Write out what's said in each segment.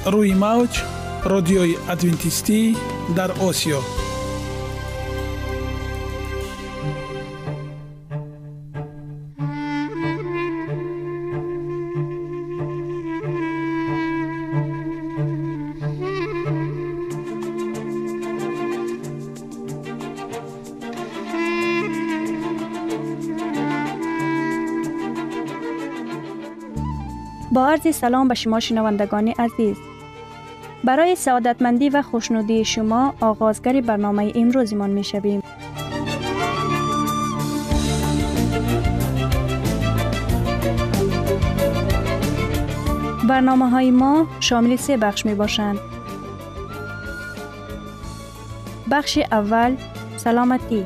روی موج رادیوی ادوینتیستی در آسیا. با عرض سلام به شما شنوندگان عزیز. برای سعادتمندی و خوشنودی شما آغازگر برنامه امروزمان می شویم. برنامه های ما شامل 3 بخش می باشند. بخش اول سلامتی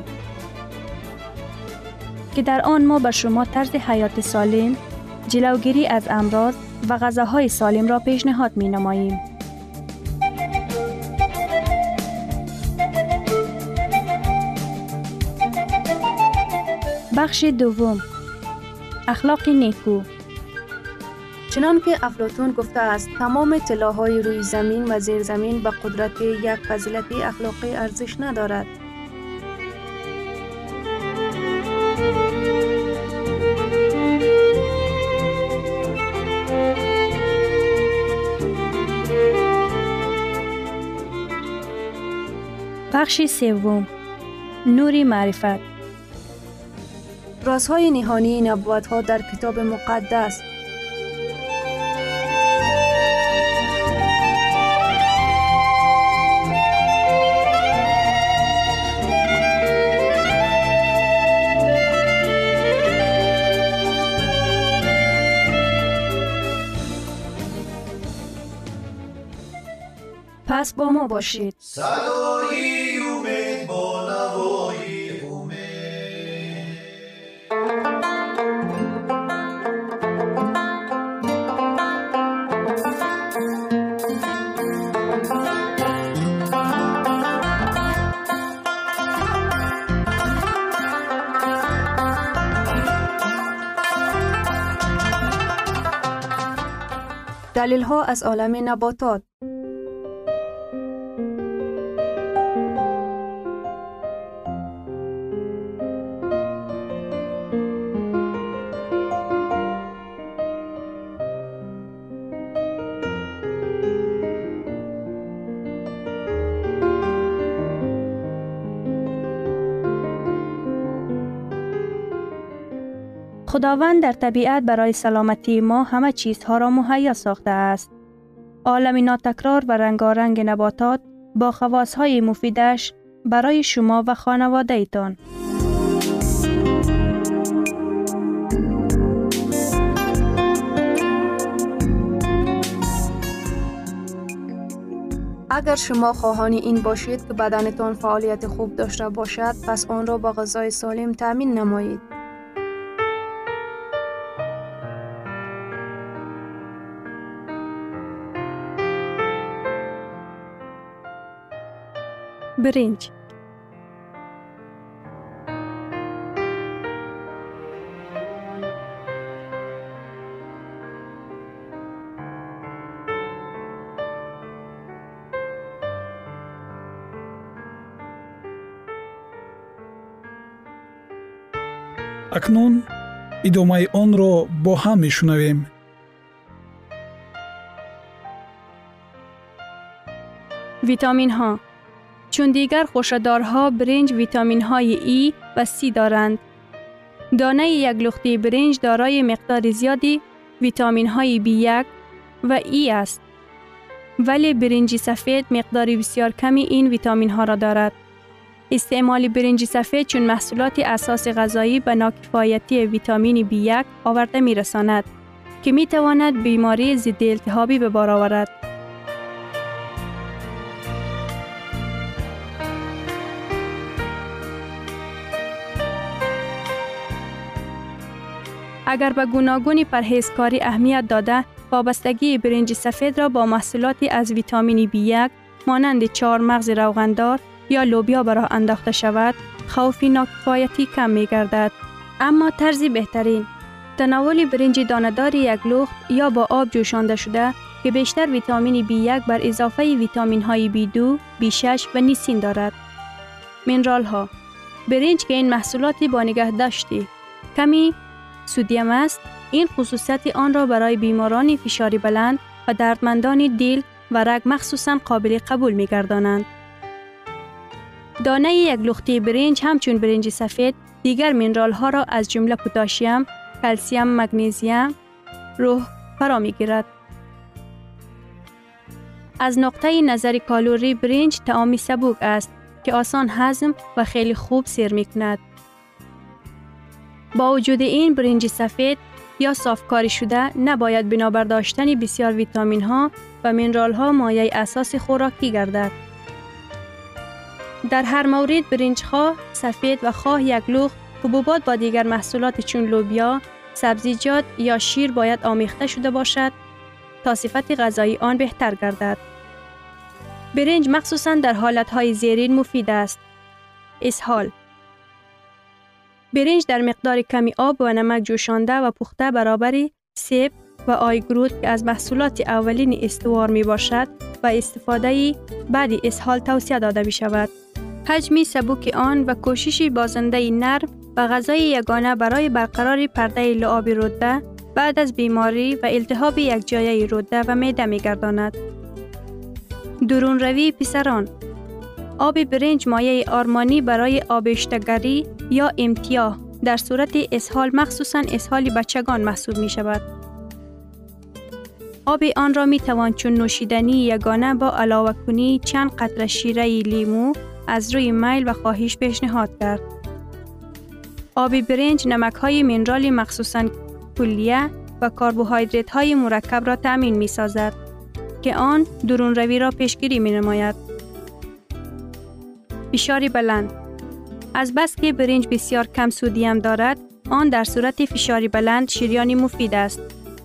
که در آن ما به شما طرز حیات سالم، جلوگیری از امراض و غذاهای سالم را پیشنهاد می نماییم. بخش دوم اخلاق نیکو. چنانکه افلاطون گفته است تمام طلاهای روی زمین و زیر زمین به قدرت یک فضیلت اخلاقی ارزش ندارد. بخش سوم نور معرفت. رازهای نهانی نبوت‌ها در کتاب مقدس. پس با ما باشید. صدای امید با نوای امید. دلیل ها از عالم نباتات. خداوند در طبیعت برای سلامتی ما همه چیزها را مهیا ساخته است. عالم ناتکرار و رنگارنگ نباتات با خواصهای مفیدش برای شما و خانواده ایتان. اگر شما خواهان این باشید که بدنتان فعالیت خوب داشته باشد، پس آن را با غذای سالم تامین نمایید. برنج. اکنون ادامه آن را با هم میشنویم. ویتامین ها. چون دیگر خوشه‌دارها برنج ویتامین های ای و سی دارند. دانه یک لختی برنج دارای مقدار زیادی ویتامین های B1 و ای است. ولی برنج سفید مقدار بسیار کمی این ویتامین ها را دارد. استعمال برنج سفید چون محصولات اساس غذایی به ناکفایتی ویتامین B1 آورده می رساند که می تواند بیماری ضد التهابی به بار آورد. اگر به گوناگون پرهیزکاری اهمیت داده، وابستگی برنج سفید را با محصولاتی از ویتامین B1 مانند 4 مغز روغندار یا لوبیا به راه انداخته شود، خوف ناکفایتی کم می گردد. اما طرز بهترین تناول برنج دانه‌دار یک لخت یا با آب جوشانده شده که بیشتر ویتامین B1 بر اضافه ویتامین های B2، B6 و نیسین دارد. مینرال ها: برنج که این محصولات با نگهداشت کمی سدیم است، این خصوصیت آن را برای بیماران فشار بلند و دردمندان دل و رگ مخصوصاً قابل قبول می گردانند. دانه یک لختی برنج همچون برنج سفید دیگر مینرال ها را از جمله پتاسیم، کلسیم، مگنیزیم، روح فرا می گیرد. از نقطه نظر کالری برنج طعامی سبک است که آسان هضم و خیلی خوب سیر می کند. با وجود این برنج سفید یا صافکاری شده نباید بنابر داشتن بسیار ویتامین ها و مینرال ها مایه اساس خوراکی گردد. در هر مورد برنج خواه سفید و خواه یک لخت حبوبات با دیگر محصولات چون لوبیا، سبزیجات یا شیر باید آمیخته شده باشد تا صفت غذایی آن بهتر گردد. برنج مخصوصاً در حالتهای زیرین مفید است. اسهال: برنج در مقدار کمی آب و نمک جوشانده و پخته برابر سیب و آیگروت که از محصولات اولین استوار می باشد و استفاده بعد اسهال توصیه داده می شود. حجم سبک آن و کوشش بازنده نرم و غذای یگانه برای برقراری پرده لعاب روده بعد از بیماری و التهاب یک جایه روده و معده می گرداند. درون روی پسران: آب برنج مایه آرمانی برای آبشتگری یا امتیاح در صورت اسهال مخصوصاً اسهال بچگان محسوب می شود. آب آن را می توان چون نوشیدنی یگانه با علاوه کنی چند قطره شیره لیمو از روی میل و خواهش پیشنهاد کرد. آب برنج نمک های مینرال مخصوصاً کلیه و کربوهیدرات های مرکب را تأمین می سازد که آن درون روی را پیشگیری می نماید. فشار بلند: از بس که برنج بسیار کم سدیم دارد، آن در صورت فشار بلند شریانی مفید است.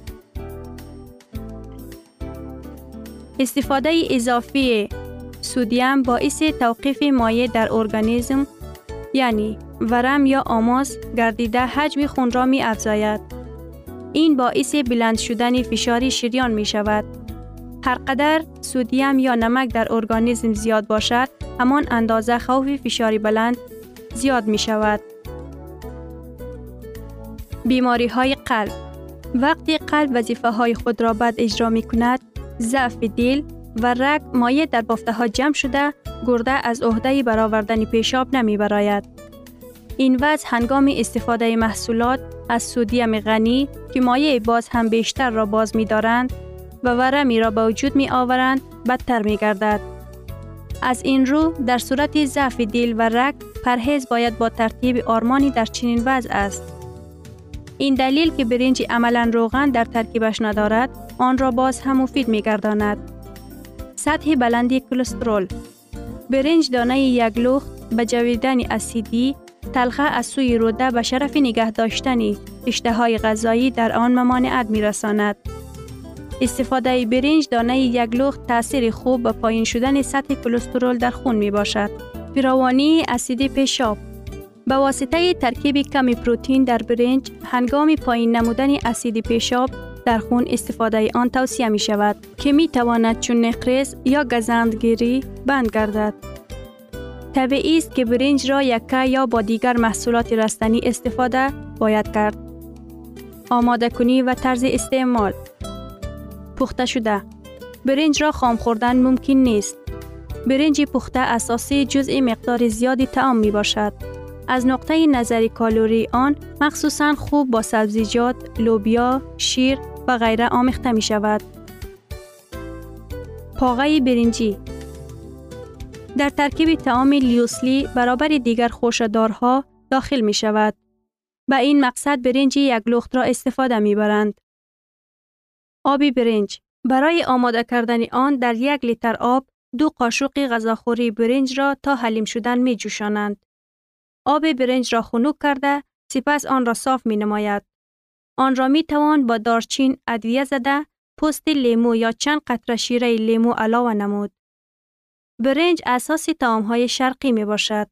استفاده اضافی سدیم باعث توقیف مایع در ارگانیسم یعنی ورم یا آماس گردیده حجم خون را می افزاید. این باعث بلند شدن فشار شریان می شود. هر قدر سدیم یا نمک در ارگانیسم زیاد باشد، همان اندازه خوف فشار بلند زیاد می شود. بیماری های قلب: وقتی قلب وظیفه های خود را بد اجرا می کند، ضعف دل و رگ مایع در بافته ها جمع شده گرده از عهده برآوردن پیشاب نمی براید. این وضع هنگام استفاده محصولات از سدیم غنی که مایع باز هم بیشتر را باز می دارند و ورمی را به وجود می آورند بدتر می گردد. از این رو در صورت ضعف دل و رگ پرهیز باید با ترتیب آرمانی در چنین وضع است. این دلیل که برنج عملاً روغن در ترکیبش ندارد آن را باز هم مفید می گرداند. سطح بلندی کلسترول: برنج دانه یک لخت به جویدن اسیدی تلخه از سوی روده به شرف نگه داشتن اشتهای غذایی در آن ممانعت می رساند. استفاده برنج دانه یک لخت تأثیر خوب به پایین شدن سطح کلسترول در خون می باشد. فراوانی اسید پیشاب: به واسطه ترکیب کمی پروتئین در برنج هنگام پایین نمودن اسید پیشاب در خون استفاده آن توصیه می شود که می تواند چون نقرس یا گزندگیری بند گردد. طبیعی است که برنج را یکه یا با دیگر محصولات رستنی استفاده باید کرد. آماده کنی و طرز استعمال: پخته شده: برنج را خام خوردن ممکن نیست. برنج پخته اساسی جزء مقدار زیادی طعام می باشد. از نقطه نظر کالری آن مخصوصاً خوب با سبزیجات، لوبیا، شیر و غیره آمیخته می شود. پاغه برنجی: در ترکیب طعام لیوسلی برابر دیگر خوشه‌دارها داخل می شود. به این مقصد برنج یک لخت را استفاده می برند. آب برنج: برای آماده کردن آن در 1 لیتر آب 2 قاشق غذاخوری برنج را تا حلیم شدن می جوشانند. آب برنج را خنک کرده سپس آن را صاف می نماید. آن را می توان با دارچین ادویه زده، پوست لیمو یا چند قطره شیره لیمو علاوه نمود. برنج اساس طعام‌های شرقی می باشد.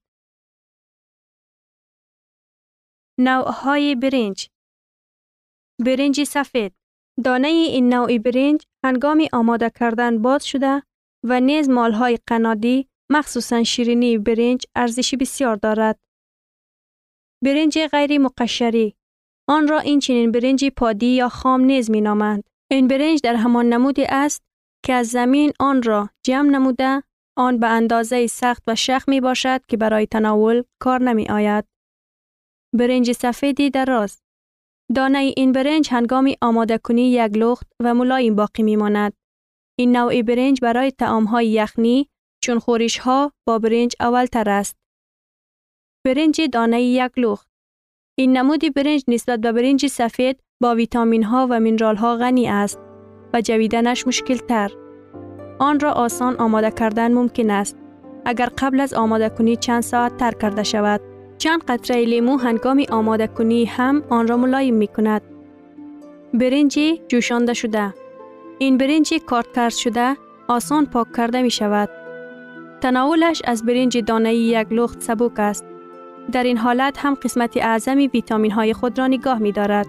نوع‌های برنج: برنج سفید: دانه این نوع برنج هنگام آماده کردن باز شده و نیز مالهای قنادی مخصوصاً شیرینی برنج ارزشی بسیار دارد. برنج غیر مقشری، آن را این چنین برنج پادی یا خام نیز می نامند. این برنج در همان نمودی است که از زمین آن را جمع نموده، آن به اندازه سخت و شخم می باشد که برای تناول کار نمی آید. برنج سفیدی دراز. دانه این برنج هنگام آماده کنی یک لخت و ملایم باقی می ماند. این نوع برنج برای طعام‌های یخنی چون خورش ها با برنج اول تر است. برنج دانه یک لخت. این نمودی برنج نسبت به برنج سفید با ویتامین ها و مینرال ها غنی است و جویدنش مشکل تر. آن را آسان آماده کردن ممکن است اگر قبل از آماده کنی چند ساعت تر کرده شود. چند قطره لیمو هنگام آماده کنی هم آن را ملایم می کند. برنج جوشانده شده. این برنج کارد شده آسان پاک کرده می شود. تناولش از برنج دانه‌ای یک لخت سبک است. در این حالت هم قسمت اعظمی ویتامین های خود را نگاه می دارد.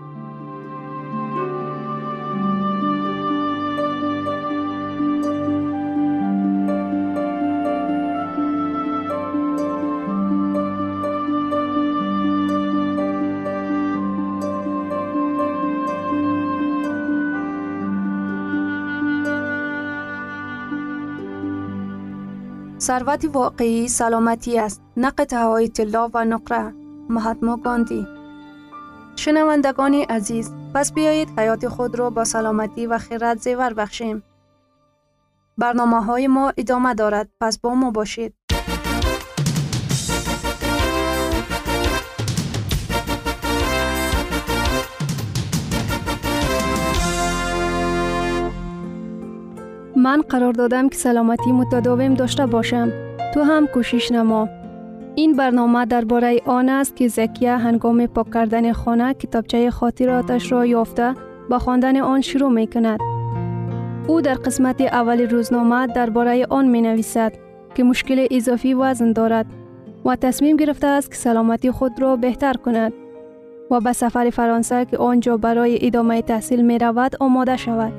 ثروت واقعی سلامتی است، نه قطعه‌های طلا و نقره. مهاتما گاندی. شنوندگان عزیز، پس بیایید حیات خود را با سلامتی و خیرات زیور بخشیم. برنامه‌های ما ادامه دارد، پس با ما باشید. من قرار دادم که سلامتی متداوم داشته باشم. تو هم کوشش نما. این برنامه درباره آن است که زکیه هنگام پاک کردن خانه کتابچه خاطراتش را یافته با خواندن آن شروع می کند. او در قسمت اول روزنامه درباره آن می نویسد که مشکل اضافی وزن دارد و تصمیم گرفته است که سلامتی خود را بهتر کند و به سفر فرانسه که آنجا برای ادامه تحصیل می رود آماده شود.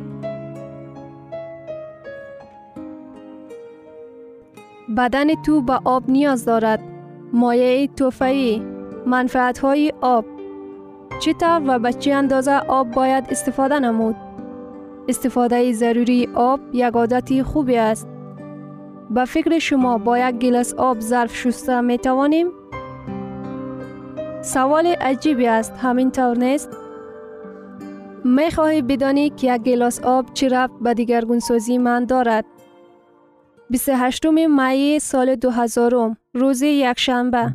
بدن تو به آب نیاز دارد. مایع طوفانی، منفعت‌های آب. چطور و به چه اندازه آب باید استفاده نمود؟ استفاده ضروری آب یک عادت خوبی است. به فکر شما با یک گیلاس آب ظرف شسته می توانیم؟ سوال عجیبی است، همین طور نیست؟ می خواهی بدانی که یک گیلاس آب چه ربط به دیگرگونسازی من دارد؟ 28 می سال 2000 روز یکشنبه.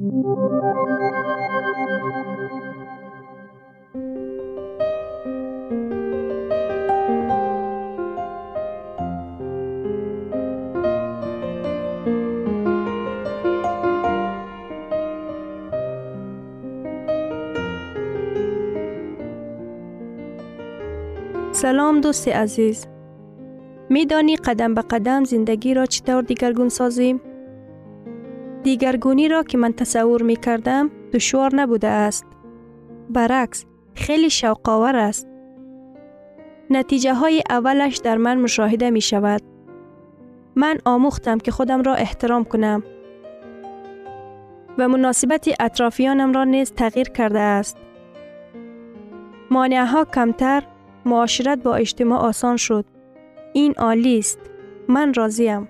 سلام دوست عزیز. می دانی قدم به قدم زندگی را چطور دیگرگون سازیم؟ دیگرگونی را که من تصور می کردم دشوار نبوده است. برعکس، خیلی شوق‌آور است. نتیجه های اولش در من مشاهده می شود. من آموختم که خودم را احترام کنم و مناسبت اطرافیانم را نیز تغییر کرده است. مانع‌ها کمتر، معاشرت با اجتماع آسان شد. این عالی است. من راضیم.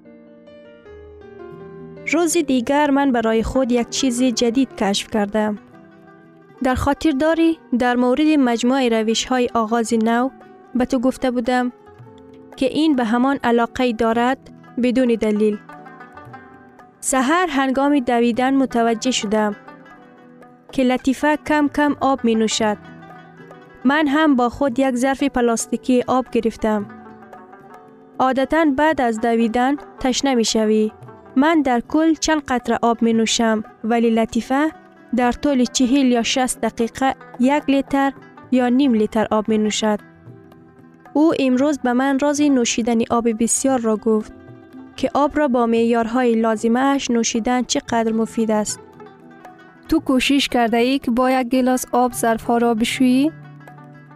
روزی دیگر من برای خود یک چیز جدید کشف کردم. در خاطر داری در مورد مجموعه روش‌های آغاز نو به تو گفته بودم که این به همان علاقه دارد بدون دلیل. سحر هنگام دویدن متوجه شدم که لطیفه کم کم آب می نوشد. من هم با خود یک ظرف پلاستیکی آب گرفتم. عادتاً بعد از دویدن تشنه می شوی. من در کل چند قطره آب می نوشم، ولی لطیفه در طول 40 یا 60 دقیقه 1 لیتر یا نیم لیتر آب می نوشد. او امروز به من راز نوشیدن آب بسیار را گفت که آب را با معیارهای لازمه اش نوشیدن چقدر مفید است. تو کوشش کرده ای که با یک گیلاس آب ظرف‌ها را بشویی؟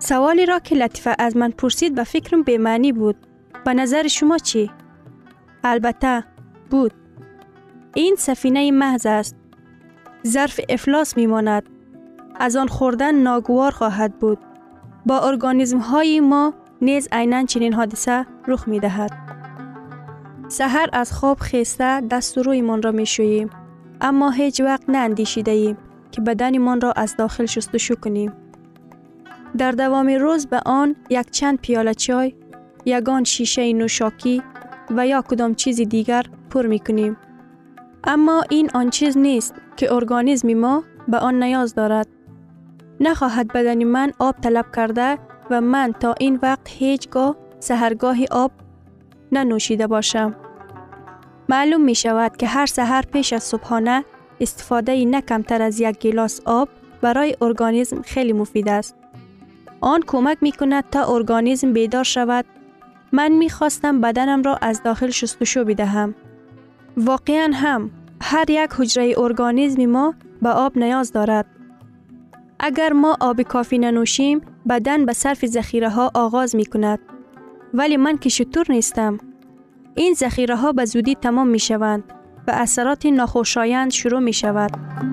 سوالی را که لطیفه از من پرسید به فکرم بی‌معنی بود. به نظر شما چی؟ البته بود. این سفینه محض است. ظرف افلاس میماند. از آن خوردن ناگوار خواهد بود. با ارگانیسم های ما نیز عیناً چنین حادثه رخ می دهد. سحر از خواب خیسته دست و روی من را می شوییم. اما هیچ وقت نه اندیشیده ایم که بدن من را از داخل شستشو کنیم. در دوام روز به آن یک چند پیاله چای، یگان شیشه نوشاکی و یا کدام چیز دیگر پر می کنیم. اما این آن چیز نیست که ارگانیسم ما به آن نیاز دارد. نخواهد بدن من آب طلب کرده و من تا این وقت هیچگاه سحرگاهی آب ننوشیده باشم. معلوم می شود که هر سحر پیش از صبحانه استفاده نه کمتر از یک گیلاس آب برای ارگانیسم خیلی مفید است. آن کمک می کند تا ارگانیسم بیدار شود. من می خواستم بدنم را از داخل شستشو بدهم. واقعاً هم هر یک حجره ارگانیسم ما به آب نیاز دارد. اگر ما آب کافی ننوشیم بدن به صرف ذخیره ها آغاز می کند. ولی من که شتر نیستم. این ذخیره ها به زودی تمام می شوند و اثرات ناخوشایند شروع می شود.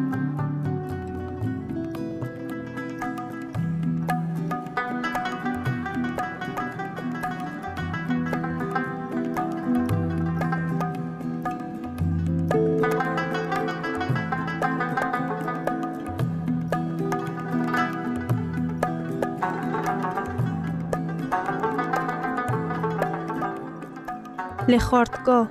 لخارتگاه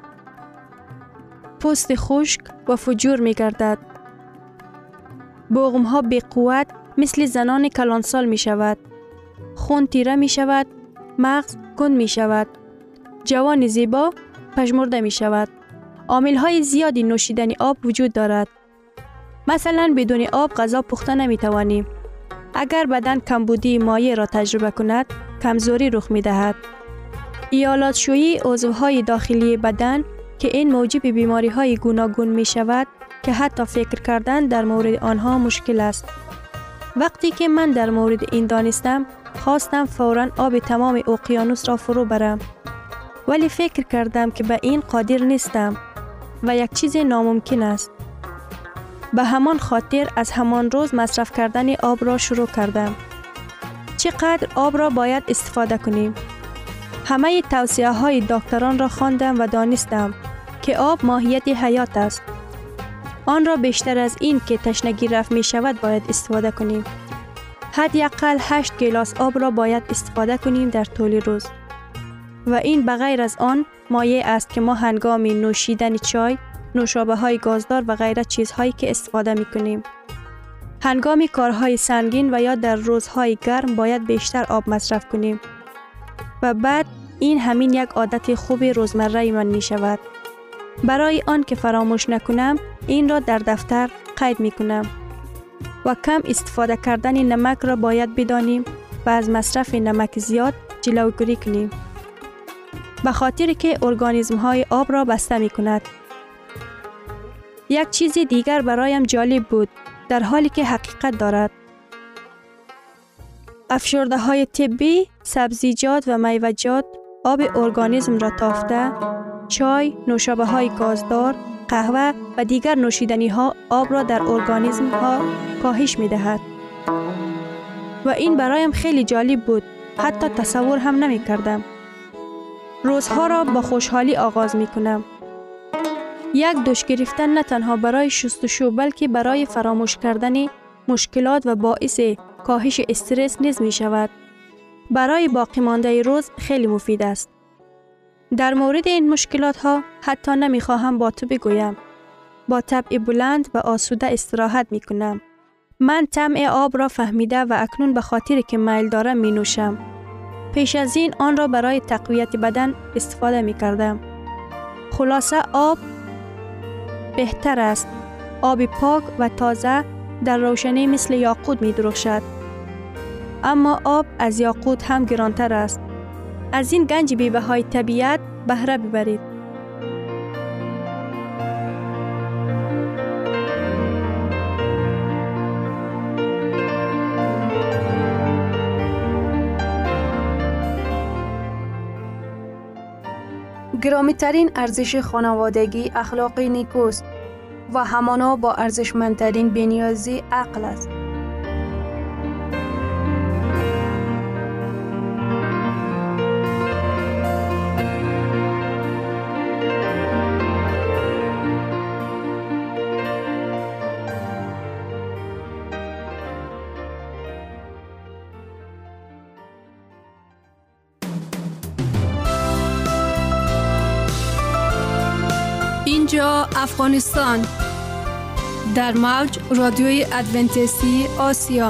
پوست خشک و فجور می گردد. بغم ها بی قوت مثل زنان کلانسال می شود. خون تیره می شود. مغز کند می شود. جوان زیبا پژمرده می شود. عامل های زیادی نوشیدن آب وجود دارد. مثلا بدون آب غذا پخته نمی توانیم. اگر بدن کمبودی مایع را تجربه کند کمزوری رخ می دهد. ایالات شویی عضوهای داخلی بدن که این موجب بیماری های گوناگون می شود که حتی فکر کردن در مورد آنها مشکل است. وقتی که من در مورد این دانستم خواستم فوراً آب تمام اقیانوس را فرو برم. ولی فکر کردم که به این قادر نیستم و یک چیز ناممکن است. به همان خاطر از همان روز مصرف کردن آب را شروع کردم. چقدر آب را باید استفاده کنیم؟ همه توصیه های دکتران را خواندم و دانستم که آب ماهیت حیات است. آن را بیشتر از این که تشنگی رفع می شود باید استفاده کنیم. حداقل 8 گیلاس آب را باید استفاده کنیم در طول روز. و این بغیر از آن مایع است که ما هنگام نوشیدن چای، نوشابه های گازدار و غیره چیزهایی که استفاده می کنیم. هنگام کارهای سنگین و یا در روزهای گرم باید بیشتر آب مصرف کنیم. و بعد این همین یک عادت خوب روزمره من می شود. برای آن که فراموش نکنم این را در دفتر قید می کنم. و کم استفاده کردن نمک را باید بدانیم و از مصرف نمک زیاد جلوگیری کنیم. به خاطر که ارگانیسم های آب را بسته می کند. یک چیز دیگر برایم جالب بود در حالی که حقیقت دارد. افشرده های طبی، سبزیجات و میوه‌جات آب ارگانیسم را تافته، چای، نوشابه های گازدار، قهوه و دیگر نوشیدنی ها آب را در ارگانیسم ها کاهش می دهد. و این برایم خیلی جالب بود. حتی تصور هم نمی کردم. روزها را با خوشحالی آغاز می کنم. یک دوش گرفتن نه تنها برای شستشو بلکه برای فراموش کردن مشکلات و باعث کاهش استرس نیز می شود. برای باقی مانده روز خیلی مفید است. در مورد این مشکلات ها حتی نمی خواهم با تو بگویم. با طبع بلند و آسوده استراحت می کنم. من طعم آب را فهمیده و اکنون به خاطر که میل دارم می نوشم. پیش از این آن را برای تقویت بدن استفاده می کردم. خلاصه آب بهتر است. آب پاک و تازه در روشنی مثل یاقوت می درخشد. اما آب از یاقوت هم گرانتر است. از این گنج بی‌بهای طبیعت بهره ببرید. گرامی ترین ارزش خانوادگی اخلاق نیکوست و همانا با ارزشمندترین بی‌نیازی عقل است. اینجا افغانستان در موج رادیوی ادونتیستی آسیا.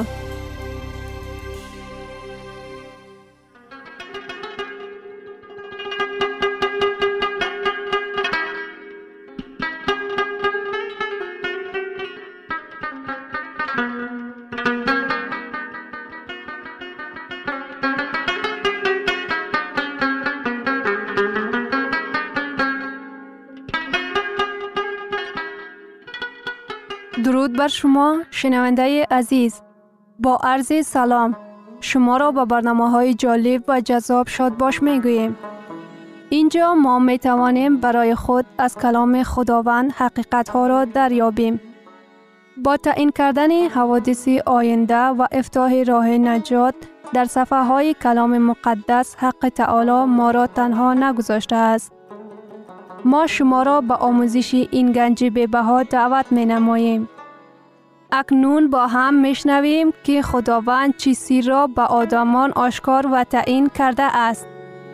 درود بر شما شنونده عزیز. با عرض سلام شما را به برنامه‌های جالب و جذاب شاد باش می‌گوییم. اینجا ما می‌توانیم برای خود از کلام خداوند حقیقت‌ها را دریابیم. با تعیین کردن حوادث آینده و افتتاح راه نجات در صفحه‌های کلام مقدس، حق تعالی ما را تنها نگذاشته است. ما شما را به آموزش این گنج بی‌بها دعوت می‌نماییم. اکنون با هم میشنویم که خداوند چیزی را به آدمان آشکار و تعیین کرده است.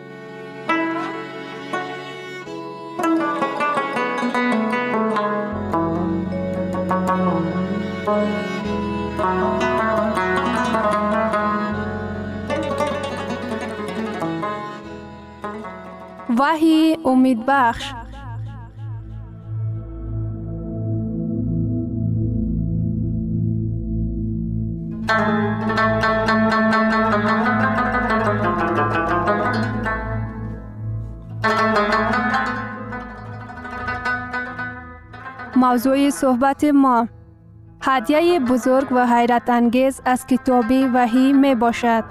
وحی امید بخش. موضوع صحبت ما هدیه بزرگ و حیرت انگیز از کتاب وحی می باشد.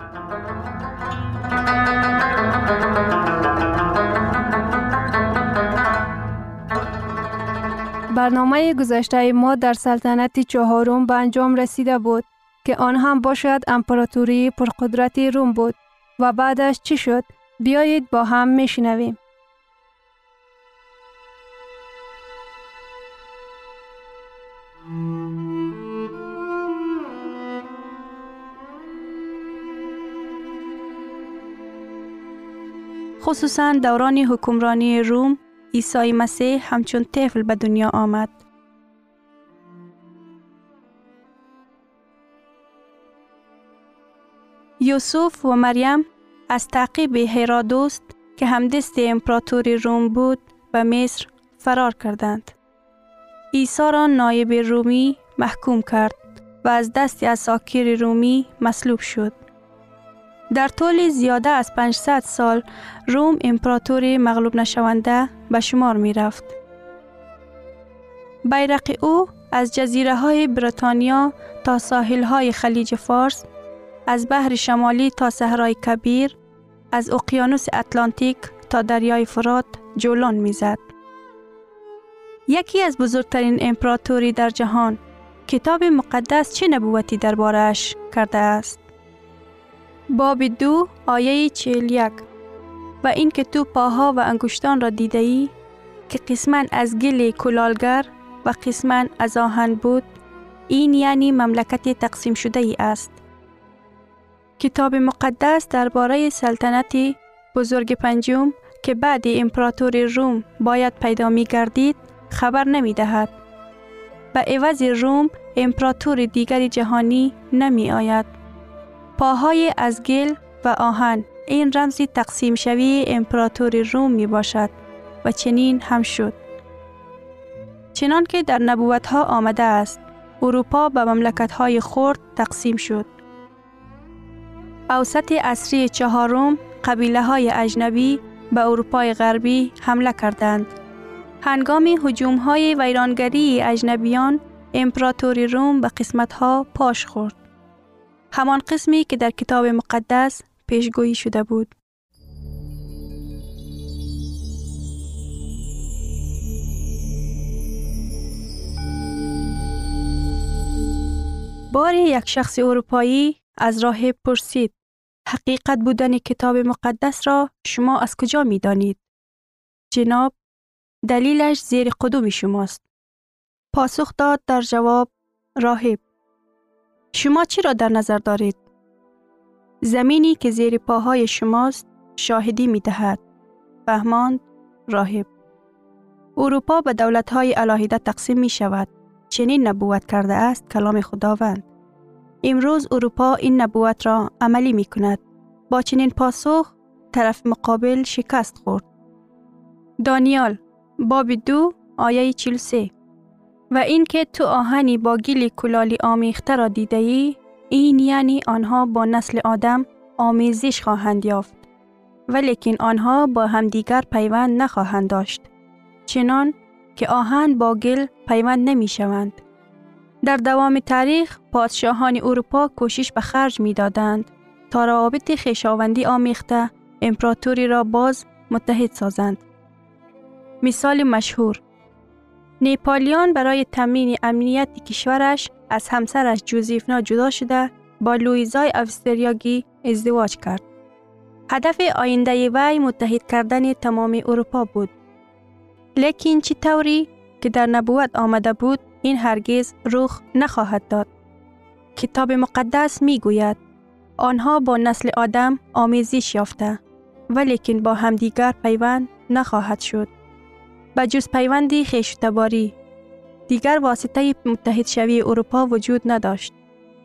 برنامه گذشته ما در سلطنت چهارم به انجام رسیده بود که آن هم باشد امپراتوری پرقدرت روم بود و بعدش چی شد؟ بیایید با هم میشنویم. خصوصاً دوران حکمرانی روم، عیسی مسیح همچون طفل به دنیا آمد. یوسف و مریم از تعقیب هرودوس که همدست امپراتور روم بود به مصر فرار کردند. عیسی را نایب رومی محکوم کرد و از دست عساکر رومی مصلوب شد. در طول زیاده از 500 سال روم امپراتور مغلوب نشونده به شمار می رفت. بیرق او از جزیره های بریتانیا تا ساحل های خلیج فارس، از بحر شمالی تا صحرای کبیر، از اقیانوس اتلانتیک تا دریای فرات جولان می زد. یکی از بزرگترین امپراتوری در جهان، کتاب مقدس چه نبوتی درباره‌اش کرده است؟ باب 2 آیه 41: و این که تو پاها و انگشتان را دیده ای که قسماً از گل کلالگر و قسماً از آهن بود، این یعنی مملکت تقسیم شده ای است. کتاب مقدس درباره سلطنت بزرگ پنجم که بعد امپراتور روم باید پیدا می گردید خبر نمی دهد. به عوض روم امپراتور دیگر جهانی نمی آید. پاهای از گل و آهن این رمز تقسیم شوی امپراتور روم می باشد و چنین هم شد. چنان که در نبوتها آمده است، اروپا به مملکت‌های خرد تقسیم شد. اوسط عصری چهارم قبیله‌های اجنبی به اروپای غربی حمله کردند. هنگام هجوم‌های ویرانگری اجنبیان، امپراتور روم به قسمت‌ها پاش خورد. همان قسمی که در کتاب مقدس پیشگویی شده بود. باری یک شخص اروپایی از راهب پرسید: حقیقت بودن کتاب مقدس را شما از کجا می دانید؟ جناب: دلیلش زیر قدم شماست. پاسخ داد در جواب راهب: شما چی را در نظر دارید؟ زمینی که زیر پاهای شماست شاهدی می دهد. فهماند راهب. اروپا به دولت‌های علاهیده تقسیم می شود. چنین نبوت کرده است کلام خداوند. امروز اروپا این نبوت را عملی می کند. با چنین پاسخ طرف مقابل شکست خورد. دانیال باب 2 آیه 43. و این که تو آهنی با گل کلالی آمیخته را دیده ای، این یعنی آنها با نسل آدم آمیزش خواهند یافت. ولیکن آنها با همدیگر پیوند نخواهند داشت. چنان که آهن با گل پیوند نمی شوند. در دوام تاریخ پادشاهان اروپا کوشش به خرج می دادند تا روابط خویشاوندی آمیخته امپراتوری را باز متحد سازند. مثال مشهور: نپالیون برای تامین امنیت کشورش از همسرش جوزیفنا جدا شده با لویزای اوستریاگی ازدواج کرد. هدف آینده وی متحد کردن تمام اروپا بود. لیکن چه طوری که در نبوت آمده بود این هرگز رخ نخواهد داد. کتاب مقدس می گوید آنها با نسل آدم آمیزش یافته ولیکن با همدیگر پیوند نخواهد شد. بجز پیوندی خویشتباری دیگر واسطه متحد شوی اروپا وجود نداشت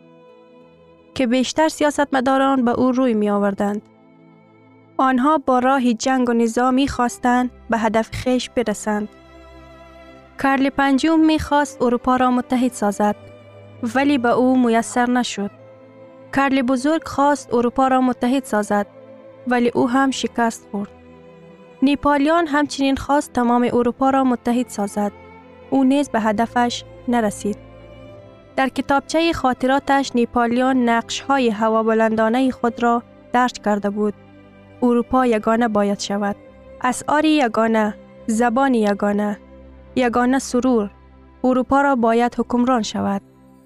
که بیشتر سیاستمداران به او روی می آوردند. آنها با راه جنگ و نزاع می خواستند به هدف خویش برسند. کارل پنجم می خواست اروپا را متحد سازد ولی به او میسر نشد. کارل بزرگ خواست اروپا را متحد سازد ولی او هم شکست خورد. نپالیون همچنین خواست تمام اروپا را متحد سازد. او نیز به هدفش نرسید. در کتابچه خاطراتش نپالیون نقش‌های هوابلندانه خود را درج کرده بود. اروپا یگانه باید شود. اسعار یگانه، زبان یگانه، یگانه سرور. اروپا را باید حکمران شود.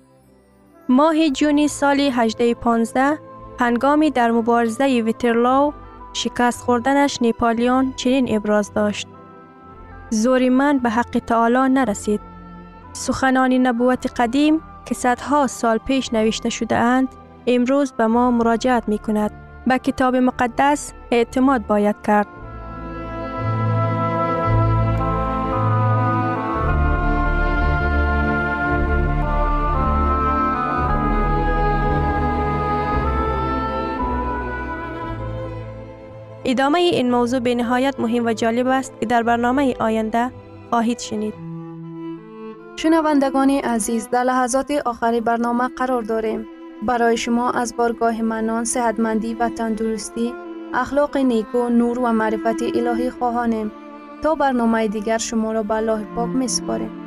ماه جون سال 1815 هنگامی در مبارزه ویترلو شکست خوردنش نپالیون چنین ابراز داشت: زور من به حق تعالی نرسید. سخنان نبوت قدیم که صدها سال پیش نوشته شده اند امروز به ما مراجعت می کند. به کتاب مقدس اعتماد باید کرد. ادامه این موضوع به نهایت مهم و جالب است که در برنامه آینده خواهید شنید. شنوندگان عزیز، در لحظات آخری برنامه قرار داریم. برای شما از بارگاه منان، صحتمندی و تندرستی، اخلاق نیکو، نور و معرفت الهی خواهانیم. تا برنامه دیگر شما را به الله پاک می‌سپاریم.